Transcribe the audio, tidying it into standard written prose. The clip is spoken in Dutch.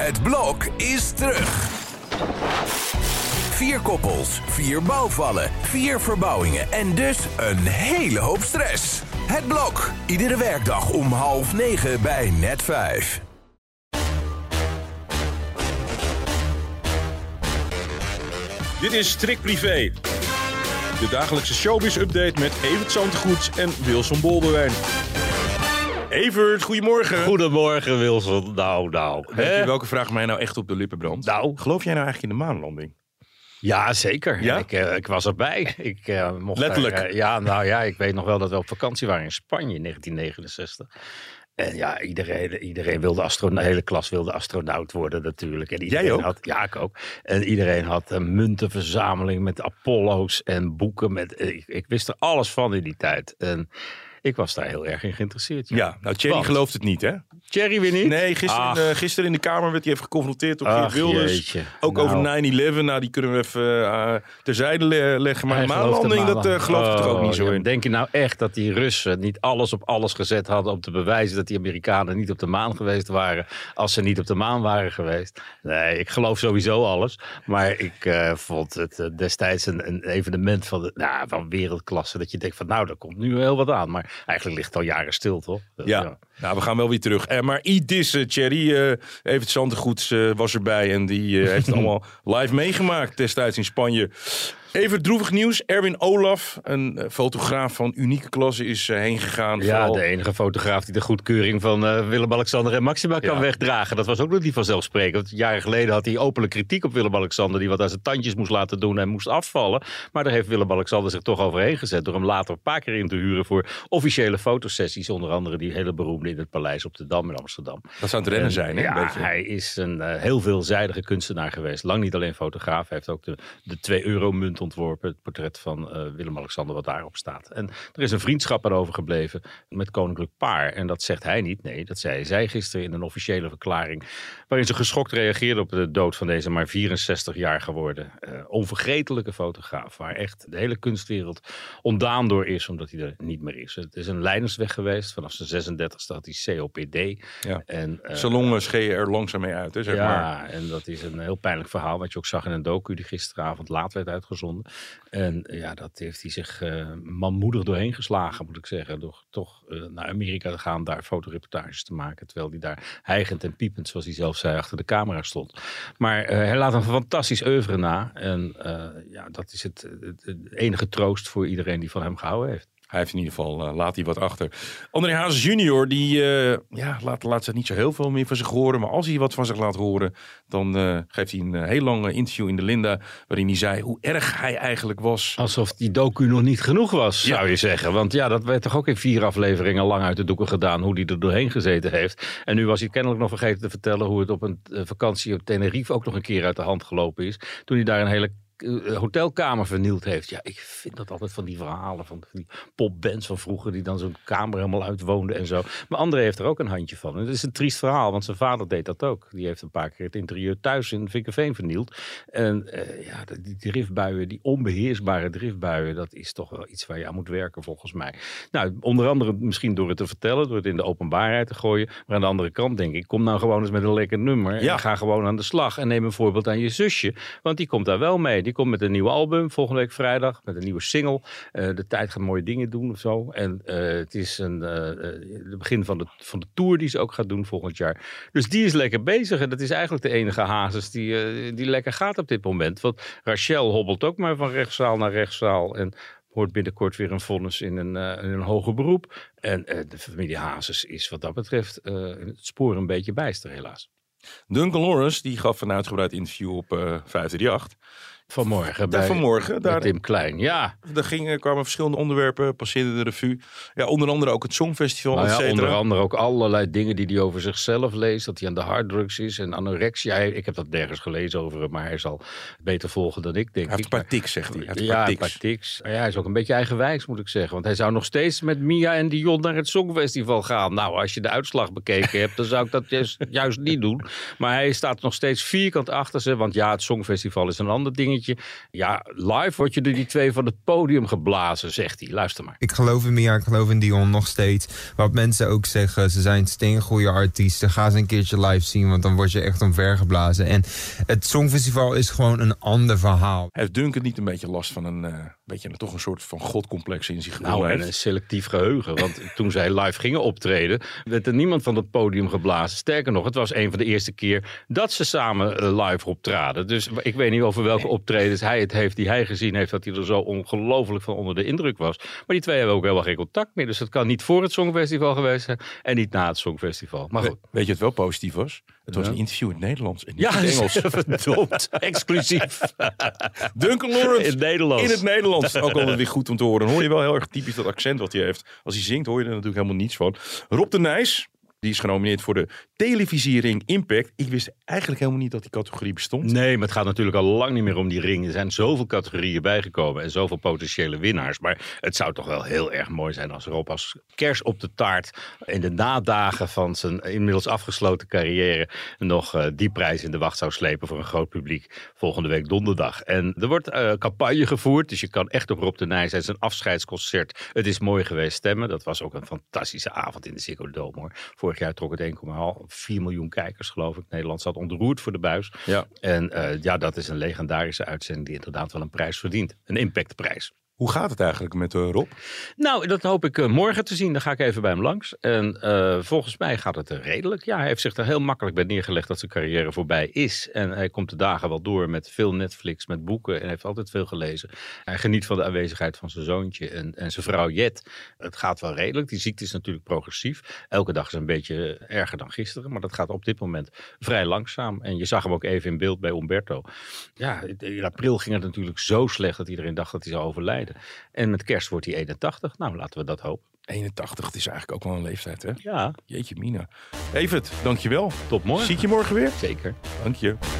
Het blok is terug. 4 koppels, 4 bouwvallen, 4 verbouwingen en dus een hele hoop stress. Het blok, iedere werkdag om 8:30 bij Net 5. Dit is Trick Privé. De dagelijkse showbiz-update met Evert Zandtegoeds en Wilson Boldewijn. Evert, goedemorgen. Goedemorgen, Wilson. Nou. Weet je welke vraag mij nou echt op de lippen brandt? Nou. Geloof jij nou eigenlijk in de maanlanding? Ja, zeker. Ja? Ik was erbij. Ik mocht letterlijk? Ik weet nog wel dat we op vakantie waren in Spanje in 1969. En ja, iedereen wilde de hele klas wilde astronaut worden natuurlijk. En Jij ook? Ja, ik ook. En iedereen had een muntenverzameling met Apollo's en boeken. Ik wist er alles van in die tijd. En ik was daar heel erg in geïnteresseerd. Ja, nou Thierry gelooft het niet, hè? Thierry weer niet? Nee, gisteren in de Kamer werd hij even geconfronteerd door Geert Wilders. Jeetje. Ook over 9/11. Nou, die kunnen we even terzijde leggen. Maar de maanlanding, dat gelooft het toch ook niet zo in. Denk je nou echt dat die Russen niet alles op alles gezet hadden om te bewijzen dat die Amerikanen niet op de maan geweest waren als ze niet op de maan waren geweest? Nee, ik geloof sowieso alles. Maar ik vond het destijds een evenement van wereldklasse. Dat je denkt van daar komt nu heel wat aan. Maar eigenlijk ligt het al jaren stil, toch? Ja. Nou, we gaan wel weer terug. Maar Thierry, Evert Zandtegoeds was erbij en die heeft het allemaal live meegemaakt destijds in Spanje. Even droevig nieuws. Erwin Olaf, een fotograaf van unieke klasse, is heen gegaan. Ja, vooral de enige fotograaf die de goedkeuring van Willem-Alexander en Maxima kan wegdragen. Dat was ook nog niet vanzelfsprekend. Want jaren geleden had hij openlijk kritiek op Willem-Alexander, die wat aan zijn tandjes moest laten doen en moest afvallen. Maar daar heeft Willem-Alexander zich toch overheen gezet door hem later een paar keer in te huren voor officiële fotosessies. Onder andere die hele beroemde in het Paleis op de Dam in Amsterdam. Dat zou het rennen zijn, hè? Ja, hij is een heel veelzijdige kunstenaar geweest. Lang niet alleen fotograaf. Hij heeft ook de 2-euro-munt ontworpen. Het portret van Willem-Alexander wat daarop staat. En er is een vriendschap aan overgebleven met koninklijk paar. En dat zegt hij niet. Nee, dat zei zij gisteren in een officiële verklaring. Waarin ze geschokt reageerde op de dood van deze maar 64 jaar geworden. Onvergetelijke fotograaf. Waar echt de hele kunstwereld ontdaan door is. Omdat hij er niet meer is. Het is een lijdensweg geweest. Vanaf zijn 36e had hij COPD. Ja. Zijn longen scheen er langzaam mee uit. Hè, zeg maar. Ja, en dat is een heel pijnlijk verhaal. Wat je ook zag in een docu die gisteravond laat werd uitgezonden. En ja, dat heeft hij zich manmoedig doorheen geslagen, moet ik zeggen. Door toch naar Amerika te gaan, daar fotoreportages te maken. Terwijl hij daar hijgend en piepend, zoals hij zelf zei, achter de camera stond. Maar hij laat een fantastisch oeuvre na. En dat is het enige troost voor iedereen die van hem gehouden heeft. Hij heeft in ieder geval, laat hij wat achter. André Hazes junior, die laat zich niet zo heel veel meer van zich horen. Maar als hij wat van zich laat horen, dan geeft hij een heel lang interview in de Linda. Waarin hij zei hoe erg hij eigenlijk was. Alsof die docu nog niet genoeg was, zou je zeggen. Want ja, dat werd toch ook in 4 afleveringen lang uit de doeken gedaan. Hoe hij er doorheen gezeten heeft. En nu was hij kennelijk nog vergeten te vertellen hoe het op een vakantie op Tenerife ook nog een keer uit de hand gelopen is. Toen hij daar een hele hotelkamer vernield heeft. Ja, ik vind dat altijd van die verhalen van die popbands van vroeger die dan zo'n kamer helemaal uitwoonden en zo. Maar André heeft er ook een handje van. En het is een triest verhaal, want zijn vader deed dat ook. Die heeft een paar keer het interieur thuis in Vinkeveen vernield. En die driftbuien, die onbeheersbare driftbuien, dat is toch wel iets waar je aan moet werken volgens mij. Nou, onder andere misschien door het te vertellen, door het in de openbaarheid te gooien. Maar aan de andere kant denk ik, kom nou gewoon eens met een lekker nummer en ga gewoon aan de slag. En neem een voorbeeld aan je zusje, want die komt daar wel mee. Die komt met een nieuw album volgende week vrijdag. Met een nieuwe single. De tijd gaat mooie dingen doen of zo. En het is het begin van de tour die ze ook gaat doen volgend jaar. Dus die is lekker bezig. En dat is eigenlijk de enige Hazes die lekker gaat op dit moment. Want Rachel hobbelt ook maar van rechtszaal naar rechtszaal. En hoort binnenkort weer een vonnis in een hoger beroep. En de familie Hazes is wat dat betreft het spoor een beetje bijster helaas. Duncan Lawrence die gaf een uitgebreid interview op 538. Vanmorgen bij Tim Klein, ja. Daar kwamen verschillende onderwerpen, passeerde de revue. Ja, onder andere ook het Songfestival, et cetera. Onder andere ook allerlei dingen die hij over zichzelf leest. Dat hij aan de harddrugs is en anorexia. Ik heb dat nergens gelezen over hem, maar hij zal het beter volgen dan ik, denk ik. Hij heeft een paar tics, zegt hij. Een paar tics. Ja, hij is ook een beetje eigenwijs, moet ik zeggen. Want hij zou nog steeds met Mia en Dion naar het Songfestival gaan. Nou, als je de uitslag bekeken hebt, dan zou ik dat juist niet doen. Maar hij staat nog steeds vierkant achter ze. Want ja, het Songfestival is een ander dingetje. dingetje. Ja, live word je door die twee van het podium geblazen, zegt hij. Luister maar. Ik geloof in Mia, ik geloof in Dion nog steeds. Wat mensen ook zeggen, ze zijn steengoeie artiesten. Ga ze een keertje live zien, want dan word je echt omvergeblazen. En het Songfestival is gewoon een ander verhaal. Heeft Duncan niet een beetje last van toch een soort van godcomplex in zich? Nou, en een selectief geheugen. Want toen zij live gingen optreden, werd er niemand van het podium geblazen. Sterker nog, het was een van de eerste keer dat ze samen live optraden. Dus ik weet niet over welke optredens hij het heeft die hij gezien heeft, dat hij er zo ongelooflijk van onder de indruk was. Maar die twee hebben ook helemaal geen contact meer. Dus het kan niet voor het Songfestival geweest zijn en niet na het Songfestival. Maar goed. Weet je wat wel positief was? Het was een interview in het Nederlands en niet in het Engels. Verdomd. Exclusief. Duncan Lawrence in het Nederlands. In het Nederlands. Ook altijd weer goed om te horen. Dan hoor je wel heel erg typisch dat accent wat hij heeft. Als hij zingt hoor je er natuurlijk helemaal niets van. Rob de Nijs. Die is genomineerd voor de televisiering Impact. Ik wist eigenlijk helemaal niet dat die categorie bestond. Nee, maar het gaat natuurlijk al lang niet meer om die ring. Er zijn zoveel categorieën bijgekomen en zoveel potentiële winnaars. Maar het zou toch wel heel erg mooi zijn als Rob als kers op de taart in de nadagen van zijn inmiddels afgesloten carrière nog die prijs in de wacht zou slepen voor een groot publiek volgende week donderdag. En er wordt campagne gevoerd, dus je kan echt op Rob de Nijs zijn zijn afscheidsconcert. Het is mooi geweest stemmen. Dat was ook een fantastische avond in de Ziggo Dome hoor. Vorig jaar trok het 1,4 miljoen kijkers, geloof ik. Nederland zat ontroerd voor de buis. Ja. En dat is een legendarische uitzending die inderdaad wel een prijs verdient. Een impactprijs. Hoe gaat het eigenlijk met Rob? Nou, dat hoop ik morgen te zien. Dan ga ik even bij hem langs. En volgens mij gaat het redelijk. Ja, hij heeft zich er heel makkelijk bij neergelegd dat zijn carrière voorbij is. En hij komt de dagen wel door met veel Netflix, met boeken. En heeft altijd veel gelezen. Hij geniet van de aanwezigheid van zijn zoontje en zijn vrouw Jet. Het gaat wel redelijk. Die ziekte is natuurlijk progressief. Elke dag is een beetje erger dan gisteren. Maar dat gaat op dit moment vrij langzaam. En je zag hem ook even in beeld bij Umberto. Ja, in april ging het natuurlijk zo slecht dat iedereen dacht dat hij zou overlijden. En met kerst wordt hij 81. Nou, laten we dat hopen. 81, het is eigenlijk ook wel een leeftijd, hè? Ja. Jeetje mina. Evert, dankjewel. Tot morgen. Zie ik je morgen weer? Zeker. Dank je.